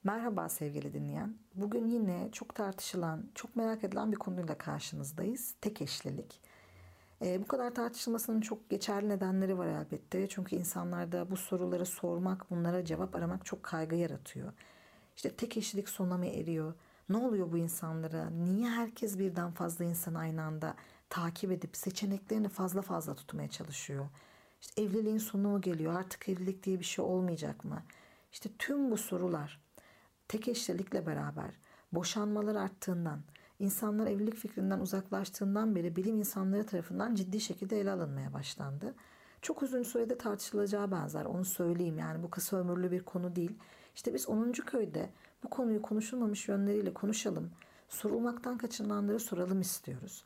Merhaba sevgili dinleyen. Bugün yine çok tartışılan, çok merak edilen bir konuyla karşınızdayız. Tek eşlilik. Bu kadar tartışılmasının çok geçerli nedenleri var elbette. Çünkü insanlarda bu soruları sormak, bunlara cevap aramak çok kaygı yaratıyor. İşte tek eşlilik sona mı eriyor? Ne oluyor bu insanlara? Niye herkes birden fazla insan aynı anda takip edip seçeneklerini fazla fazla tutmaya çalışıyor? İşte evliliğin sonu mu geliyor? Artık evlilik diye bir şey olmayacak mı? İşte tüm bu sorular tek eşlilikle beraber boşanmalar arttığından, insanlar evlilik fikrinden uzaklaştığından beri bilim insanları tarafından ciddi şekilde ele alınmaya başlandı. Çok uzun sürede tartışılacağı benzer, onu söyleyeyim, yani bu kısa ömürlü bir konu değil. İşte biz 10. köyde bu konuyu konuşulmamış yönleriyle konuşalım, sorulmaktan kaçınılanları soralım istiyoruz.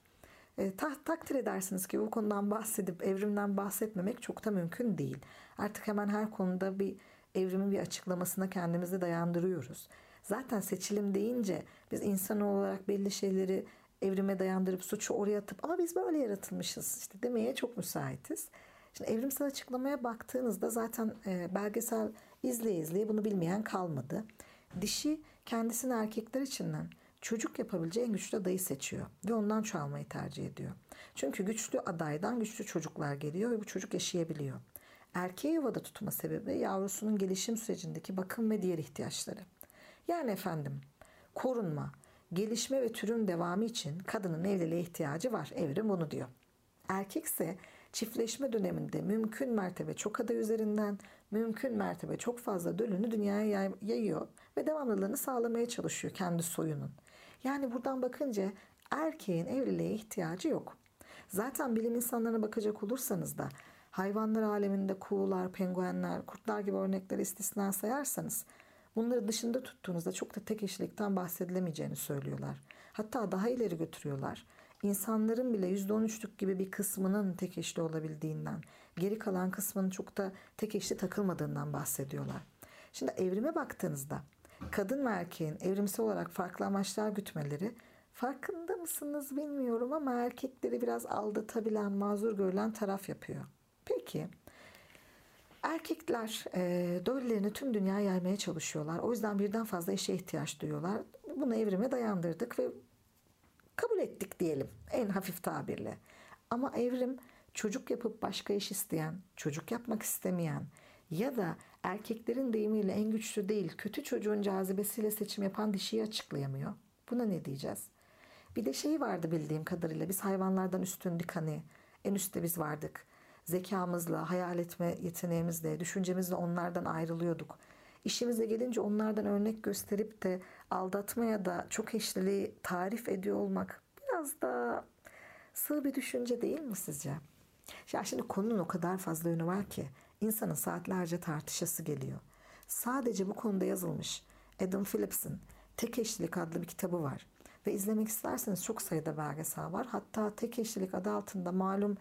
Takdir edersiniz ki bu konudan bahsedip evrimden bahsetmemek çok da mümkün değil. Artık hemen her konuda bir evrimin bir açıklamasına kendimizi dayandırıyoruz. Zaten seçilim deyince biz insan olarak belli şeyleri evrime dayandırıp suçu oraya atıp ama biz böyle yaratılmışız işte demeye çok müsaitiz. Şimdi evrimsel açıklamaya baktığınızda zaten belgesel izleye izleye bunu bilmeyen kalmadı. Dişi kendisini erkekler içinden çocuk yapabileceği en güçlü adayı seçiyor ve ondan çoğalmayı tercih ediyor. Çünkü güçlü adaydan güçlü çocuklar geliyor ve bu çocuk yaşayabiliyor. Erkeği yuvada tutma sebebi yavrusunun gelişim sürecindeki bakım ve diğer ihtiyaçları. Yani efendim, korunma, gelişme ve türün devamı için kadının evliliğe ihtiyacı var. Evrim bunu diyor. Erkekse çiftleşme döneminde mümkün mertebe çok aday üzerinden mümkün mertebe çok fazla dölünü dünyaya yayıyor ve devamlılığını sağlamaya çalışıyor kendi soyunun. Yani buradan bakınca erkeğin evliliğe ihtiyacı yok. Zaten bilim insanlarına bakacak olursanız da hayvanlar aleminde kuğular, penguenler, kurtlar gibi örnekleri istisna sayarsanız bunları dışında tuttuğunuzda çok da tek eşlilikten bahsedilemeyeceğini söylüyorlar. Hatta daha ileri götürüyorlar. İnsanların bile %13'lük gibi bir kısmının tek eşli olabildiğinden, geri kalan kısmının çok da tek eşli takılmadığından bahsediyorlar. Şimdi evrime baktığınızda kadın ve erkeğin evrimsel olarak farklı amaçlar gütmeleri, farkında mısınız bilmiyorum ama erkekleri biraz aldatabilen, mazur görülen taraf yapıyor. Peki, erkekler döllerini tüm dünyaya yaymaya çalışıyorlar. O yüzden birden fazla eşe ihtiyaç duyuyorlar. Bunu evrime dayandırdık ve kabul ettik diyelim en hafif tabirle. Ama evrim çocuk yapıp başka eş isteyen, çocuk yapmak istemeyen ya da erkeklerin deyimiyle en güçlü değil, kötü çocuğun cazibesiyle seçim yapan dişiyi açıklayamıyor. Buna ne diyeceğiz? Bir de şey vardı bildiğim kadarıyla, biz hayvanlardan üstündük hani, en üstte biz vardık. Zekamızla, hayal etme yeteneğimizle, düşüncemizle onlardan ayrılıyorduk. İşimize gelince onlardan örnek gösterip de aldatma ya da çok eşliliği tarif ediyor olmak biraz da sığ bir düşünce değil mi sizce? Ya şimdi konunun o kadar fazla yönü var ki insanın saatlerce tartışası geliyor. Sadece bu konuda yazılmış Adam Phillips'in Tek Eşlilik adlı bir kitabı var. Ve izlemek isterseniz çok sayıda belgesel var. Hatta Tek Eşlilik adı altında malum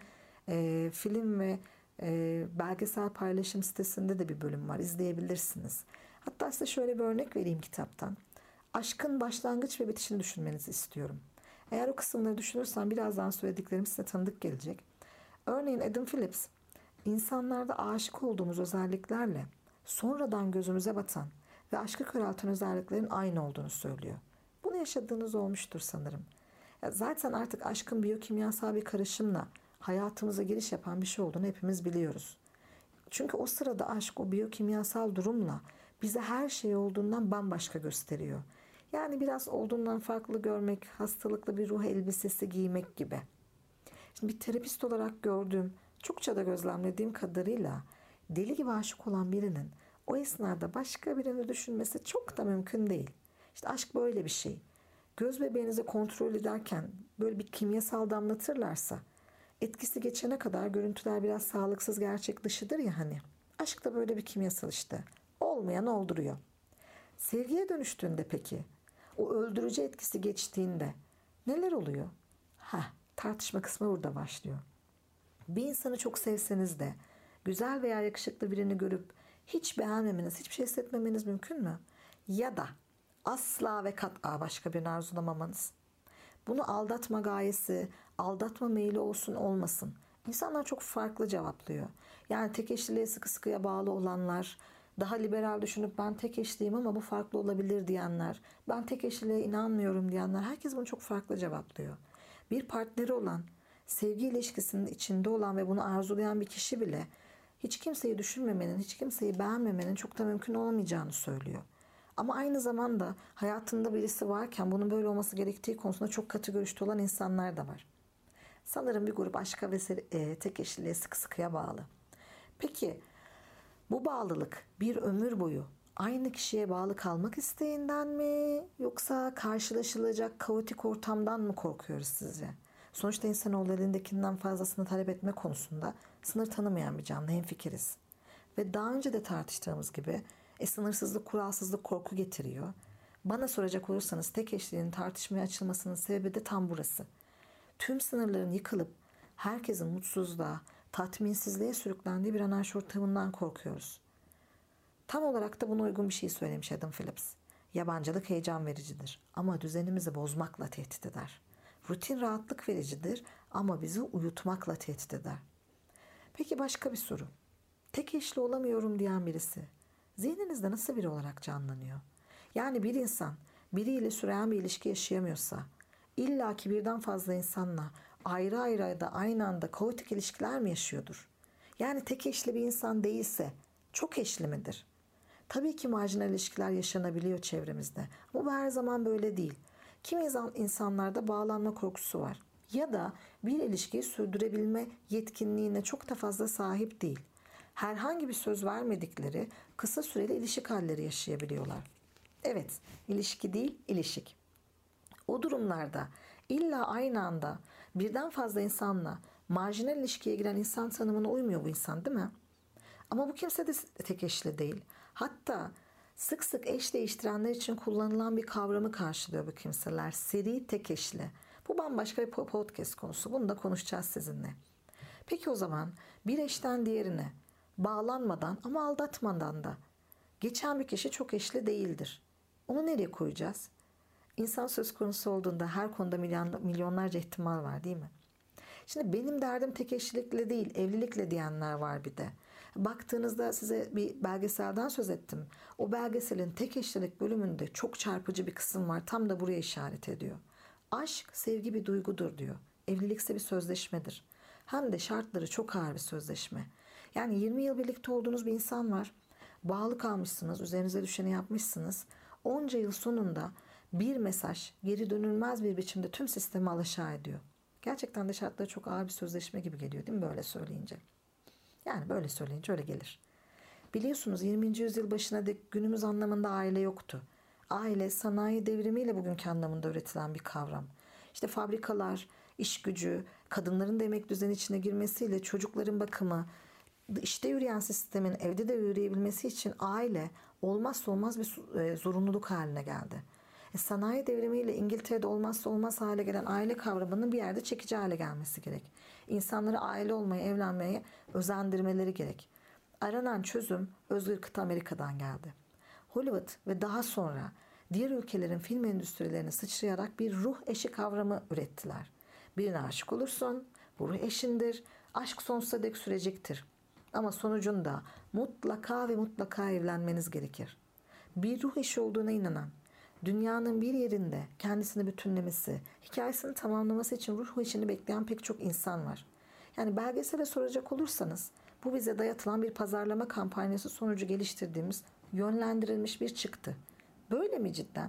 film ve belgesel paylaşım sitesinde de bir bölüm var. İzleyebilirsiniz. Hatta size şöyle bir örnek vereyim kitaptan. Aşkın başlangıç ve bitişini düşünmenizi istiyorum. Eğer o kısımları düşünürsen birazdan söylediklerim size tanıdık gelecek. Örneğin Adam Phillips, insanlarda aşık olduğumuz özelliklerle sonradan gözümüze batan ve aşkı körelten özelliklerin aynı olduğunu söylüyor. Bunu yaşadığınız olmuştur sanırım. Zaten artık aşkın biyokimyasal bir karışımla hayatımıza giriş yapan bir şey olduğunu hepimiz biliyoruz. Çünkü o sırada aşk o biyokimyasal durumla bize her şey olduğundan bambaşka gösteriyor. Yani biraz olduğundan farklı görmek, hastalıklı bir ruh elbisesi giymek gibi. Şimdi bir terapist olarak gördüğüm, çokça da gözlemlediğim kadarıyla deli gibi aşık olan birinin o esnada başka birini düşünmesi çok da mümkün değil. İşte aşk böyle bir şey. Göz bebeğinizi kontrol ederken böyle bir kimyasal damlatırlarsa etkisi geçene kadar görüntüler biraz sağlıksız, gerçek dışıdır ya hani. Aşk da böyle bir kimyasal işte. Olmayan olduruyor. Sevgiye dönüştüğünde peki, o öldürücü etkisi geçtiğinde neler oluyor? Tartışma kısmı burada başlıyor. Bir insanı çok sevseniz de güzel veya yakışıklı birini görüp hiç beğenmemeniz, hiçbir şey hissetmemeniz mümkün mü? Ya da asla ve kat'a başka birini arzulamamanız. Bunu aldatma gayesi, aldatma meyli olsun olmasın. İnsanlar çok farklı cevaplıyor. Yani tek eşliliğe sıkı sıkıya bağlı olanlar daha liberal düşünüp ben tek eşliyim ama bu farklı olabilir diyenler, ben tek eşliliğe inanmıyorum diyenler, herkes bunu çok farklı cevaplıyor. Bir partneri olan, sevgi ilişkisinin içinde olan ve bunu arzulayan bir kişi bile hiç kimseyi düşünmemenin, hiç kimseyi beğenmemenin çok da mümkün olamayacağını söylüyor. Ama aynı zamanda hayatında birisi varken bunun böyle olması gerektiği konusunda çok katı görüşte olan insanlar da var. Sanırım bir grup aşka ve tek eşliliğe sıkı sıkıya bağlı. Peki bu bağlılık bir ömür boyu aynı kişiye bağlı kalmak isteğinden mi, yoksa karşılaşılacak kaotik ortamdan mı korkuyoruz sizce? Sonuçta insanoğlu elindekinden fazlasını talep etme konusunda sınır tanımayan bir canlı, hemfikiriz. Ve daha önce de tartıştığımız gibi sınırsızlık, kuralsızlık korku getiriyor. Bana soracak olursanız tek eşliliğin tartışmaya açılmasının sebebi de tam burası. Tüm sınırların yıkılıp herkesin mutsuzluğa, tatminsizliğe sürüklendiği bir anarşi ortamından korkuyoruz. Tam olarak da buna uygun bir şey söylemiş Adam Phillips. Yabancılık heyecan vericidir ama düzenimizi bozmakla tehdit eder. Rutin rahatlık vericidir ama bizi uyutmakla tehdit eder. Peki başka bir soru. Tek eşli olamıyorum diyen birisi zihninizde nasıl biri olarak canlanıyor? Yani bir insan biriyle süren bir ilişki yaşayamıyorsa, illaki birden fazla insanla ayrı ayrı da aynı anda kaotik ilişkiler mi yaşıyordur? Yani tek eşli bir insan değilse çok eşli midir? Tabii ki marjinal ilişkiler yaşanabiliyor çevremizde ama bu her zaman böyle değil. Kimi insanlarda bağlanma korkusu var ya da bir ilişkiyi sürdürebilme yetkinliğine çok da fazla sahip değil. Herhangi bir söz vermedikleri kısa süreli ilişki halleri yaşayabiliyorlar. Evet, ilişki değil, ilişik. O durumlarda illa aynı anda birden fazla insanla marjinal ilişkiye giren insan tanımına uymuyor bu insan, değil mi? Ama bu kimse de tek eşli değil. Hatta sık sık eş değiştirenler için kullanılan bir kavramı karşılıyor bu kimseler. Seri tek eşli. Bu bambaşka bir podcast konusu. Bunu da konuşacağız sizinle. Peki o zaman bir eşten diğerine bağlanmadan ama aldatmadan da geçen bir kişi çok eşli değildir. Onu nereye koyacağız? İnsan söz konusu olduğunda her konuda milyonlarca ihtimal var, değil mi? Şimdi benim derdim tek eşlilikle değil, evlilikle diyenler var bir de. Baktığınızda size bir belgeselden söz ettim. O belgeselin tek eşlilik bölümünde çok çarpıcı bir kısım var. Tam da buraya işaret ediyor. Aşk, sevgi bir duygudur diyor. Evlilikse bir sözleşmedir. Hem de şartları çok ağır bir sözleşme. Yani 20 yıl birlikte olduğunuz bir insan var. Bağlı kalmışsınız, üzerinize düşeni yapmışsınız. Onca yıl sonunda bir mesaj geri dönülmez bir biçimde tüm sistemi alaşağı ediyor. Gerçekten de şartları çok ağır bir sözleşme gibi geliyor, değil mi böyle söyleyince? Yani böyle söyleyince öyle gelir. Biliyorsunuz 20. yüzyıl başına dek günümüz anlamında aile yoktu. Aile sanayi devrimiyle bugünkü anlamında üretilen bir kavram. İşte fabrikalar, iş gücü, kadınların da emek düzeni içine girmesiyle çocukların bakımı, işte yürüyen sistemin evde de yürüyebilmesi için aile olmazsa olmaz bir zorunluluk haline geldi. Sanayi devrimiyle İngiltere'de olmazsa olmaz hale gelen aile kavramının bir yerde çekici hale gelmesi gerek. İnsanları aile olmaya, evlenmeye özendirmeleri gerek. Aranan çözüm özgür kıta Amerika'dan geldi. Hollywood ve daha sonra diğer ülkelerin film endüstrilerine sıçrayarak bir ruh eşi kavramı ürettiler. Birine aşık olursun, bu ruh eşindir, aşk sonsuza dek sürecektir. Ama sonucunda mutlaka ve mutlaka evlenmeniz gerekir. Bir ruh eşi olduğuna inanan, dünyanın bir yerinde kendisini bütünlemesi, hikayesini tamamlaması için ruh eşini bekleyen pek çok insan var. Yani belgesele soracak olursanız bu bize dayatılan bir pazarlama kampanyası sonucu geliştirdiğimiz yönlendirilmiş bir çıktı. Böyle mi cidden?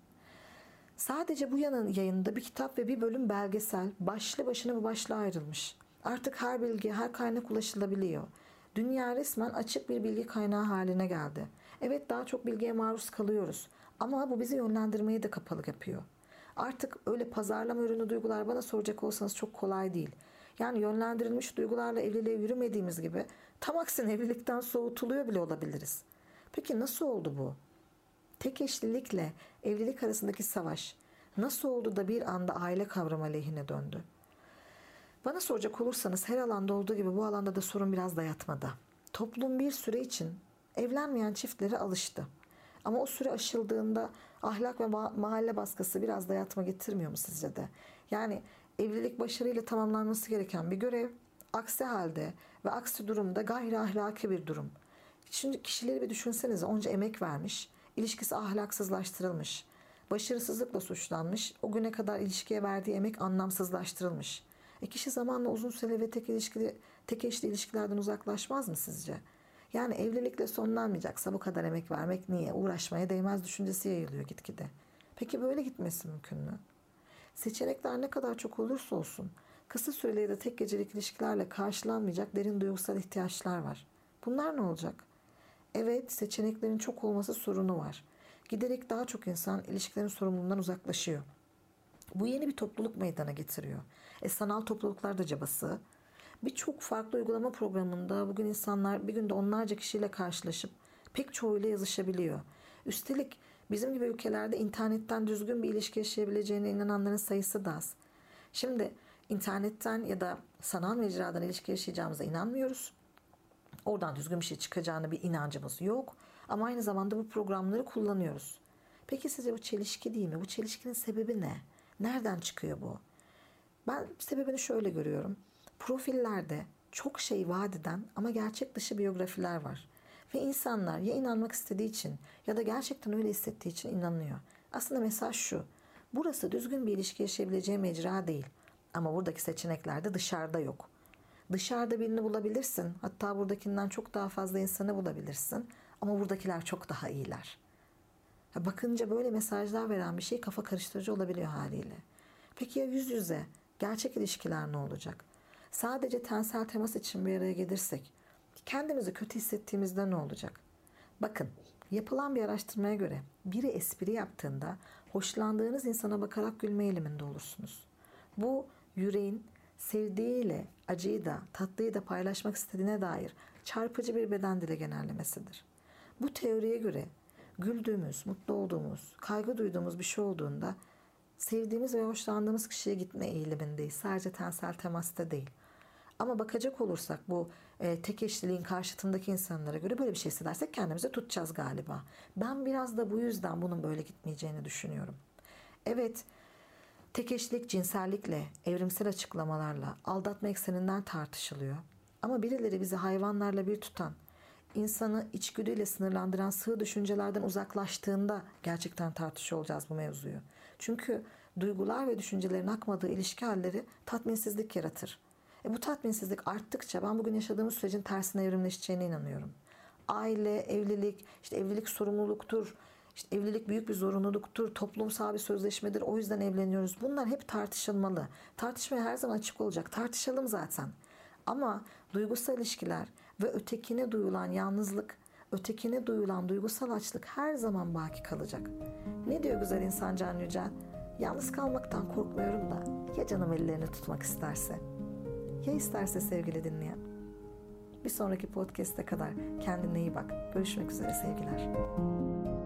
Sadece bu yayında bir kitap ve bir bölüm belgesel başlı başına bu başlığa ayrılmış. Artık her bilgi, her kaynak ulaşılabiliyor. Dünya resmen açık bir bilgi kaynağı haline geldi. Evet, daha çok bilgiye maruz kalıyoruz. Ama bu bizi yönlendirmeyi de kapalı yapıyor. Artık öyle pazarlama ürünü duygular bana soracak olsanız çok kolay değil. Yani yönlendirilmiş duygularla evliliğe yürümediğimiz gibi tam aksine evlilikten soğutuluyor bile olabiliriz. Peki nasıl oldu bu? Tek eşlilikle evlilik arasındaki savaş nasıl oldu da bir anda aile kavramı aleyhine döndü? Bana soracak olursanız her alanda olduğu gibi bu alanda da sorun biraz dayatmada. Toplum bir süre için evlenmeyen çiftlere alıştı. Ama o süre aşıldığında ahlak ve mahalle baskısı biraz dayatma getirmiyor mu sizce de? Yani evlilik başarıyla tamamlanması gereken bir görev, aksi halde ve aksi durumda gayri ahlaki bir durum. Şimdi kişileri bir düşünsenize, onca emek vermiş, ilişkisi ahlaksızlaştırılmış, başarısızlıkla suçlanmış, o güne kadar ilişkiye verdiği emek anlamsızlaştırılmış. Kişi zamanla uzun süreli ve tek eşli ilişkilerden uzaklaşmaz mı sizce? Yani evlilikle sonlanmayacaksa bu kadar emek vermek niye? Uğraşmaya değmez düşüncesi yayılıyor gitgide. Peki böyle gitmesi mümkün mü? Seçenekler ne kadar çok olursa olsun kısa süreli ya da tek gecelik ilişkilerle karşılanmayacak derin duygusal ihtiyaçlar var. Bunlar ne olacak? Evet, seçeneklerin çok olması sorunu var. Giderek daha çok insan ilişkilerin sorumluluğundan uzaklaşıyor. Bu yeni bir topluluk meydana getiriyor. Sanal topluluklar da cabası. Birçok farklı uygulama programında bugün insanlar bir günde onlarca kişiyle karşılaşıp pek çoğuyla yazışabiliyor. Üstelik bizim gibi ülkelerde internetten düzgün bir ilişki yaşayabileceğine inananların sayısı da az. Şimdi internetten ya da sanal mecradan ilişki yaşayacağımıza inanmıyoruz. Oradan düzgün bir şey çıkacağına bir inancımız yok. Ama aynı zamanda bu programları kullanıyoruz. Peki sizce bu çelişki değil mi? Bu çelişkinin sebebi ne? Nereden çıkıyor bu? Ben sebebini şöyle görüyorum. Profillerde çok şey vaat eden ama gerçek dışı biyografiler var. Ve insanlar ya inanmak istediği için ya da gerçekten öyle hissettiği için inanıyor. Aslında mesaj şu. Burası düzgün bir ilişki yaşayabileceği mecra değil. Ama buradaki seçenekler de dışarıda yok. Dışarıda birini bulabilirsin. Hatta buradakinden çok daha fazla insanı bulabilirsin. Ama buradakiler çok daha iyiler. Bakınca böyle mesajlar veren bir şey kafa karıştırıcı olabiliyor haliyle. Peki ya yüz yüze? Gerçek ilişkiler ne olacak? Sadece tensel temas için bir araya gelirsek, kendimizi kötü hissettiğimizde ne olacak? Bakın, yapılan bir araştırmaya göre biri espri yaptığında hoşlandığınız insana bakarak gülme eğiliminde olursunuz. Bu yüreğin sevdiğiyle acıyı da tatlıyı da paylaşmak istediğine dair çarpıcı bir beden dili genellemesidir. Bu teoriye göre güldüğümüz, mutlu olduğumuz, kaygı duyduğumuz bir şey olduğunda sevdiğimiz ve hoşlandığımız kişiye gitme eğilimindeyiz. Sadece tensel temasta değil. Ama bakacak olursak bu tek eşliliğin karşıtındaki insanlara göre böyle bir şey hissedersek kendimizi tutacağız galiba. Ben biraz da bu yüzden bunun böyle gitmeyeceğini düşünüyorum. Evet, tek eşlilik cinsellikle, evrimsel açıklamalarla, aldatma ekseninden tartışılıyor. Ama birileri bizi hayvanlarla bir tutan, insanı içgüdüyle sınırlandıran sığ düşüncelerden uzaklaştığında gerçekten tartışıyor olacağız bu mevzuyu. Çünkü duygular ve düşüncelerin akmadığı ilişki halleri tatminsizlik yaratır. Bu tatminsizlik arttıkça ben bugün yaşadığımız sürecin tersine evrimleşeceğine inanıyorum. Aile, evlilik, işte evlilik sorumluluktur, işte evlilik büyük bir zorunluluktur, toplumsal bir sözleşmedir, o yüzden evleniyoruz. Bunlar hep tartışılmalı. Tartışmaya her zaman açık olacak. Tartışalım zaten. Ama duygusal ilişkiler ve ötekine duyulan yalnızlık, ötekine duyulan duygusal açlık her zaman baki kalacak. Ne diyor güzel insan Can Yücel? Yalnız kalmaktan korkmuyorum da ya canım ellerini tutmak isterse? Ya isterse sevgili dinleyen? Bir sonraki podcast'e kadar kendine iyi bak. Görüşmek üzere sevgiler.